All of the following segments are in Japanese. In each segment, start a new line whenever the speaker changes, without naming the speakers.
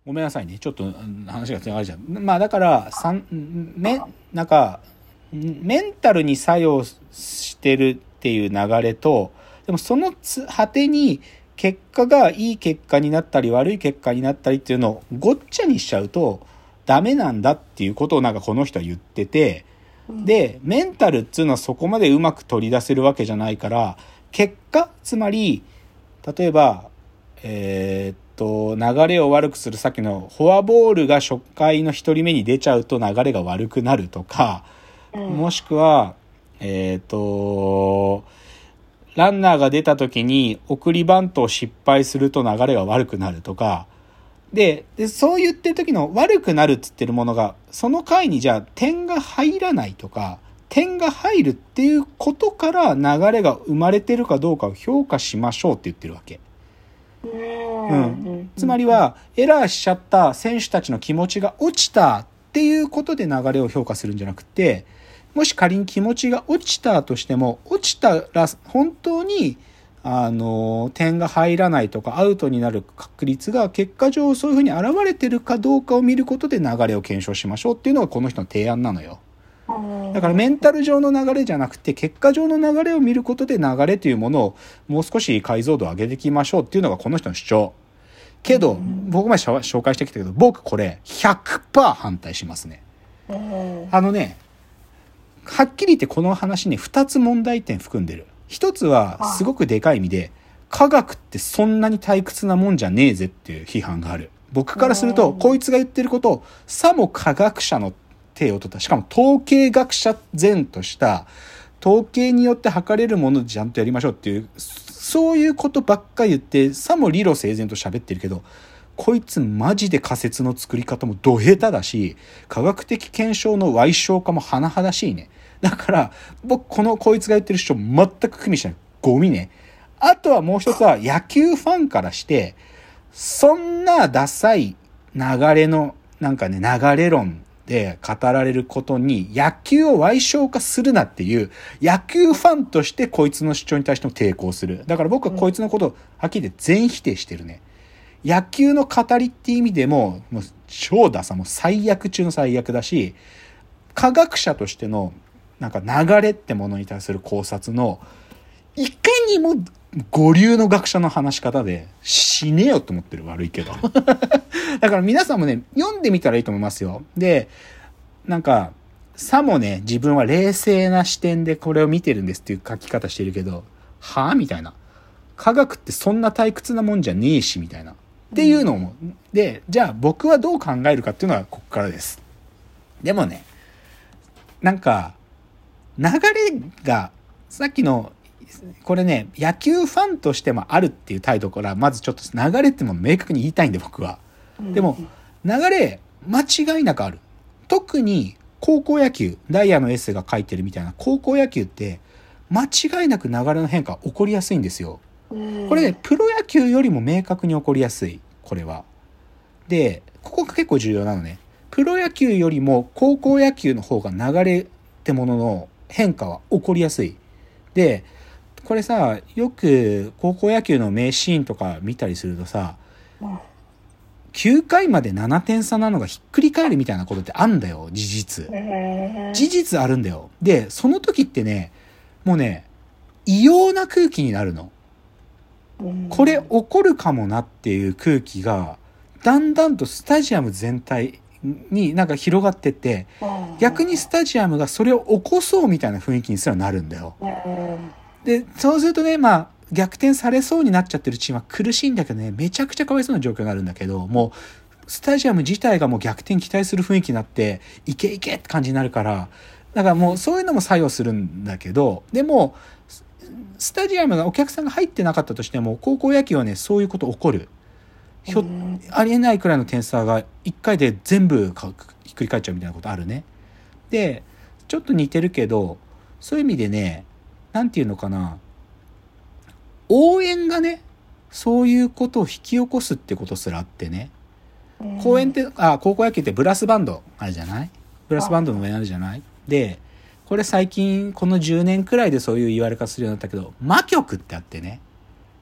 ごめんなさいね。ちょっと話がつながるじゃん。まあだから、なんか、メンタルに作用してるっていう流れと、でもその果てに結果がいい結果になったり悪い結果になったりっていうのをごっちゃにしちゃうとダメなんだっていうことをなんかこの人は言ってて、で、メンタルっていうのはそこまでうまく取り出せるわけじゃないから、結果、つまり、例えば、流れを悪くするさっきのフォアボールが初回の一人目に出ちゃうと流れが悪くなるとか、もしくは、ランナーが出た時に送りバントを失敗すると流れが悪くなるとか、で、そう言ってる時の悪くなるって言ってるものが、その回にじゃあ点が入らないとか、点が入るっていうことから流れが生まれてるかどうかを評価しましょうって言ってるわけ。つまりはエラーしちゃった選手たちの気持ちが落ちたっていうことで流れを評価するんじゃなくて、もし仮に気持ちが落ちたとしても、落ちたら本当に点が入らないとかアウトになる確率が結果上そういうふうに現れてるかどうかを見ることで流れを検証しましょうっていうのがこの人の提案なのよ。だからメンタル上の流れじゃなくて結果上の流れを見ることで流れというものをもう少し解像度を上げていきましょうっていうのがこの人の主張。けど僕まで紹介してきたけど、僕これ 100% 反対しますね。はっきり言ってこの話ね、2つ問題点含んでる。一つはすごくでかい意味で、科学ってそんなに退屈なもんじゃねえぜっていう批判がある。僕からするとこいつが言ってることをさも科学者の手を取った、しかも統計学者前とした統計によって測れるものでちゃんとやりましょうっていう、そういうことばっかり言ってさも理路整然と喋ってるけど、こいつマジで仮説の作り方もド下手だし、科学的検証の歪小化も甚だしいね。だから僕こいつが言ってる主張全く組みしない。ゴミね。あとはもう一つは野球ファンからしてそんなダサい流れのなんかね、流れ論で語られることに野球を歪小化するなっていう野球ファンとしてこいつの主張に対しても抵抗する。だから僕はこいつのことをはっきり言って全否定してるね。野球の語りっていう意味でもう超ダサ、もう最悪中の最悪だし、科学者としてのなんか流れってものに対する考察のいかにも五流の学者の話し方で死ねよと思ってる。悪いけどだから皆さんもね読んでみたらいいと思いますよ。でなんかさもね自分は冷静な視点でこれを見てるんですっていう書き方してるけど、はぁみたいな、科学ってそんな退屈なもんじゃねえしみたいなっていうのも、でじゃあ僕はどう考えるかっていうのはここからです。でもね、なんか流れがさっきのこれね、野球ファンとしてもあるっていう態度からまずちょっと流れってものを明確に言いたいんで僕は。でも流れ間違いなくある。特に高校野球、ダイヤのエッセイが書いてるみたいな高校野球って間違いなく流れの変化起こりやすいんですよ。これね、プロ野球よりも明確に起こりやすい。これは。で、ここが結構重要なのね。プロ野球よりも高校野球の方が流れってものの変化は起こりやすい。で、これさ、よく高校野球の名シーンとか見たりするとさ、9回まで7点差なのがひっくり返るみたいなことってあんだよ、事実。事実あるんだよ。で、その時ってね、もうね、異様な空気になるの。これ起こるかもなっていう空気が、だんだんとスタジアム全体になんか広がってって、逆にスタジアムがそれを起こそうみたいな雰囲気にすらなるんだよ。で、そうするとね、まあ、逆転されそうになっちゃってるチームは苦しいんだけどね、めちゃくちゃかわいそうな状況になるんだけど、もう、スタジアム自体がもう逆転期待する雰囲気になって、いけいけって感じになるから、だからもうそういうのも作用するんだけど、でも、スタジアムがお客さんが入ってなかったとしても、高校野球はね、そういうこと起こる。ありえないくらいの点差が1回で全部ひっくり返っちゃうみたいなことあるね。で、ちょっと似てるけど、そういう意味でね、なんていうのかな、応援がね、そういうことを引き起こすってことすらあってね、高校野球ってブラスバンドあるじゃない？ブラスバンドの上にあるじゃない？で、これ最近この10年くらいでそういう言われ方するようになったけど、魔曲ってあってね、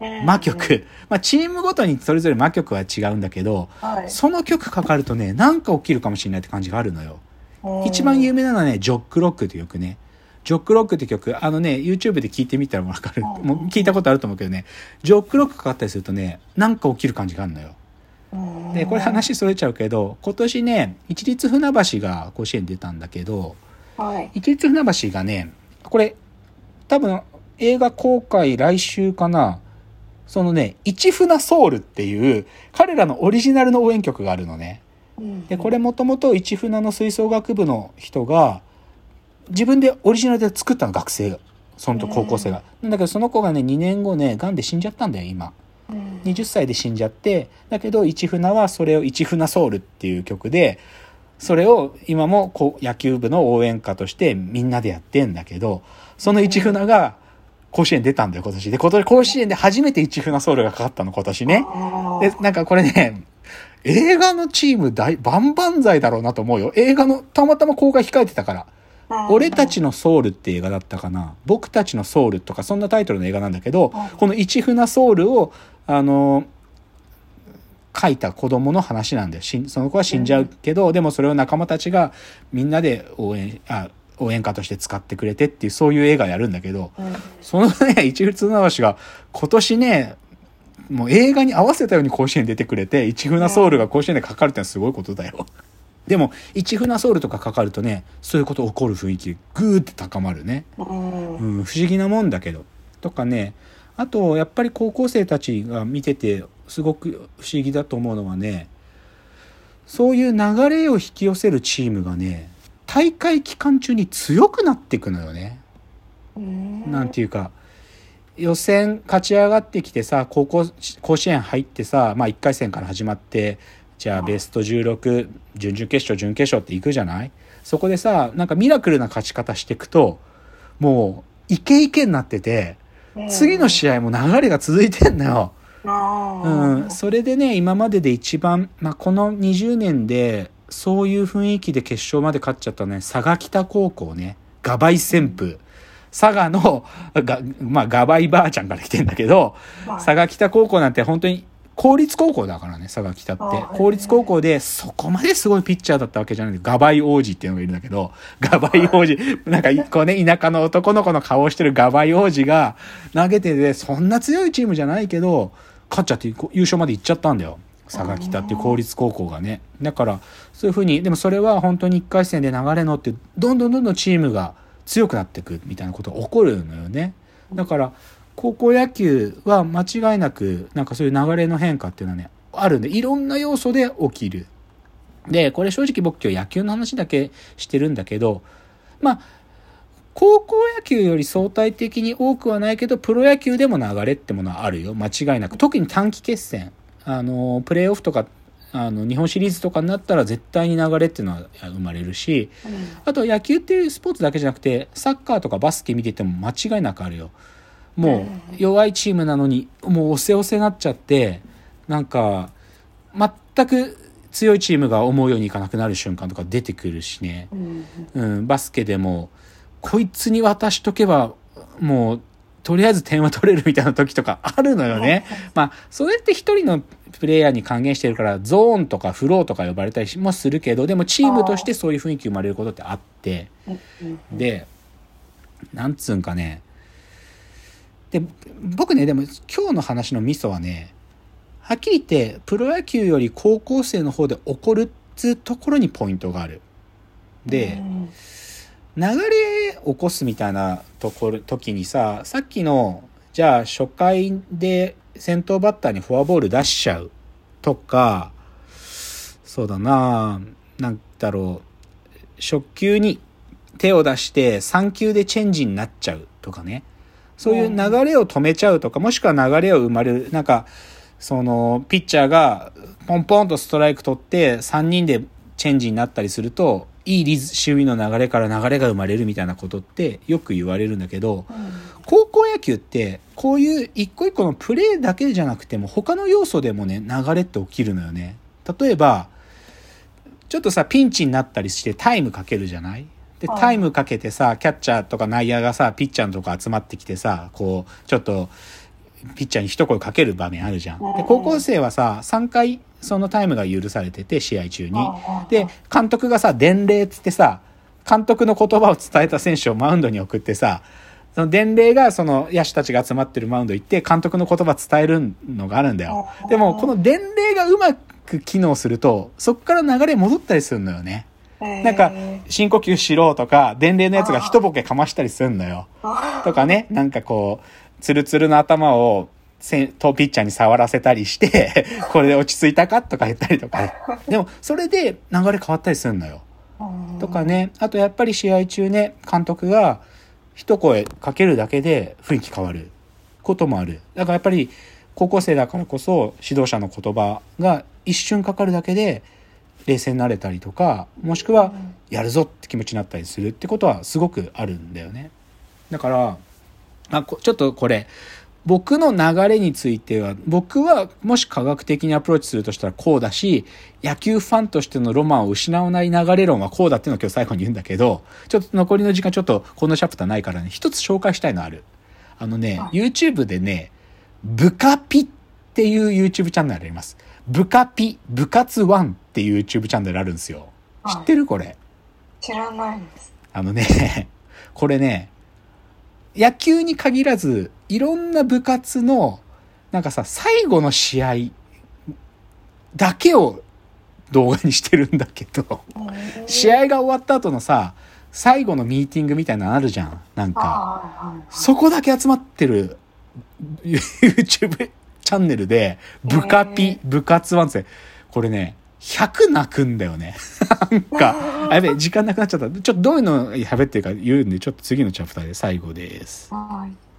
魔曲。まあ、チームごとにそれぞれ魔曲は違うんだけど、
はい、
その曲かかるとね、なんか起きるかもしれないって感じがあるのよ。一番有名なのはね、ジョックロックっていう曲ね。ジョックロックって曲、YouTube で聞いてみたらわかる。もう聞いたことあると思うけどね、ジョックロックかかったりするとね、なんか起きる感じがあるのよ。で、これ話それちゃうけど、今年ね、市立船橋が甲子園出たんだけど、
はい、
市立船橋がね、これ、多分映画公開来週かな、そのね、市船ソウルっていう彼らのオリジナルの応援曲があるのね。で、これもともと市船の吹奏楽部の人が自分でオリジナルで作ったの、学生が。そのと高校生が。なんだけどその子がね、2年後ね、癌で死んじゃったんだよ、今。20歳で死んじゃって、だけど市船はそれを市船ソウルっていう曲で、それを今も野球部の応援歌としてみんなでやってんだけど、その市船が甲子園出たんだよ、今年。で、今年甲子園で初めて市船ソウルがかかったの、今年ね。で、なんかこれね、映画のチーム万々歳だろうなと思うよ。映画のたまたま公開控えてたから。俺たちのソウルって映画だったかな。僕たちのソウルとかそんなタイトルの映画なんだけど、この市船ソウルを書いた子供の話なんだよ。その子は死んじゃうけど、でもそれを仲間たちがみんなで応援歌として使ってくれてっていう、そういう映画やるんだけど、そのね、市船橋が今年ね、もう映画に合わせたように甲子園出てくれて、市船ソウルが甲子園でかかるってのはすごいことだよ。でも市船ソウルとかかかるとね、そういうこと起こる雰囲気グーって高まるね。不思議なもんだけど。とかね、あとやっぱり高校生たちが見ててすごく不思議だと思うのはね、そういう流れを引き寄せるチームがね、大会期間中に強くなっていくのよね。なんていうか、予選勝ち上がってきてさ、甲子園入ってさ、まあ1回戦から始まって、じゃあベスト16、準々決勝、準決勝って行くじゃない？そこでさ、なんかミラクルな勝ち方していくと、もうイケイケになってて、次の試合も流れが続いてんのよ。それでね、今までで一番、まあこの20年でそういう雰囲気で決勝まで勝っちゃったね、佐賀北高校ね、ガバイ旋風。佐賀のガバイばあちゃんから来てんだけど、佐賀北高校なんて本当に公立高校だからね、佐賀北って。公立高校でそこまですごいピッチャーだったわけじゃない。ガバイ王子っていうのがいるんだけど、ガバイ王子、なんかこうね、田舎の男の子の顔をしてるガバイ王子が投げてて、そんな強いチームじゃないけど、勝っちゃって優勝まで行っちゃったんだよ。佐賀北っていう公立高校がね。だから、そういう風に、でもそれは本当に1回戦で流れ乗って、どんどんチームが強くなっていくみたいなことが起こるのよね。だから高校野球は間違いなくなんかそういう流れの変化っていうのはねあるんで、いろんな要素で起きる。でこれ正直僕今日野球の話だけしてるんだけど、まあ高校野球より相対的に多くはないけど、プロ野球でも流れってものはあるよ、間違いなく。特に短期決戦、プレーオフとか日本シリーズとかになったら絶対に流れっていうのは生まれるし、あと野球っていうスポーツだけじゃなくてサッカーとかバスケ見てても間違いなくあるよ。もう弱いチームなのにもう押せ押せなっちゃって、なんか全く強いチームが思うようにいかなくなる瞬間とか出てくるしね、バスケでもこいつに渡しとけばもうとりあえず点は取れるみたいな時とかあるのよね。まあそれって一人のプレイヤーに還元してるからゾーンとかフローとか呼ばれたりもするけど、でもチームとしてそういう雰囲気生まれることってあって、でなんつうんかね、で僕ね、でも今日の話のミソはね、はっきり言ってプロ野球より高校生の方で起こるっつうところにポイントがある。で流れ起こすみたいな時にさっきのじゃあ初回で先頭バッターにフォアボール出しちゃうとか、そうだな、なんだろう、初球に手を出して3球でチェンジになっちゃうとかね、そういう流れを止めちゃうとか、もしくは流れを生まれる、なんかそのピッチャーがポンポンとストライク取って3人でチェンジになったりすると、いい守備の流れから流れが生まれるみたいなことってよく言われるんだけど、高校野球ってこういう一個一個のプレーだけじゃなくても他の要素でもね流れって起きるのよね。例えばちょっとさピンチになったりしてタイムかけるじゃない。でタイムかけてさキャッチャーとか内野がさピッチャーのとこ集まってきてさ、こうちょっとピッチャーに一声かける場面あるじゃん。で、高校生はさ、3回そのタイムが許されてて、試合中に。で、監督がさ、伝令つってさ、監督の言葉を伝えた選手をマウンドに送ってさ、その伝令がその野手たちが集まってるマウンド行って監督の言葉伝えるのがあるんだよ。でも、この伝令がうまく機能すると、そっから流れ戻ったりするのよね。なんか、深呼吸しろとか、伝令のやつが一ボケかましたりするのよ。とかね、なんかこう、ツルツルの頭をピッチャーに触らせたりして、これで落ち着いたかとか言ったりとか。でも、それで流れ変わったりするのよ。とかね、あとやっぱり試合中ね、監督が一声かけるだけで雰囲気変わることもある。だからやっぱり高校生だからこそ指導者の言葉が一瞬かかるだけで冷静になれたりとか、もしくはやるぞって気持ちになったりするってことはすごくあるんだよね。だからちょっとこれ僕の流れについては、僕はもし科学的にアプローチするとしたらこうだし、野球ファンとしてのロマンを失わない流れ論はこうだっていうのを今日最後に言うんだけど、ちょっと残りの時間ちょっとこのチャプターないからね、一つ紹介したいのある。YouTube でね、ブカピっていう YouTube チャンネルあります。ブカピ、部活ワンっていう YouTube チャンネルあるんですよ。知ってるこれ。
知らないです。
これね、野球に限らず、いろんな部活の、なんかさ、最後の試合だけを動画にしてるんだけど、試合が終わった後のさ、最後のミーティングみたいなのあるじゃん。なんか、そこだけ集まってる YouTube チャンネルで、部活ワンって、これね、100泣くんだよね。なんか、やべえ、時間なくなっちゃった。ちょっとどういうの喋ってるか言うんで、ちょっと次のチャプターで最後です。
はい。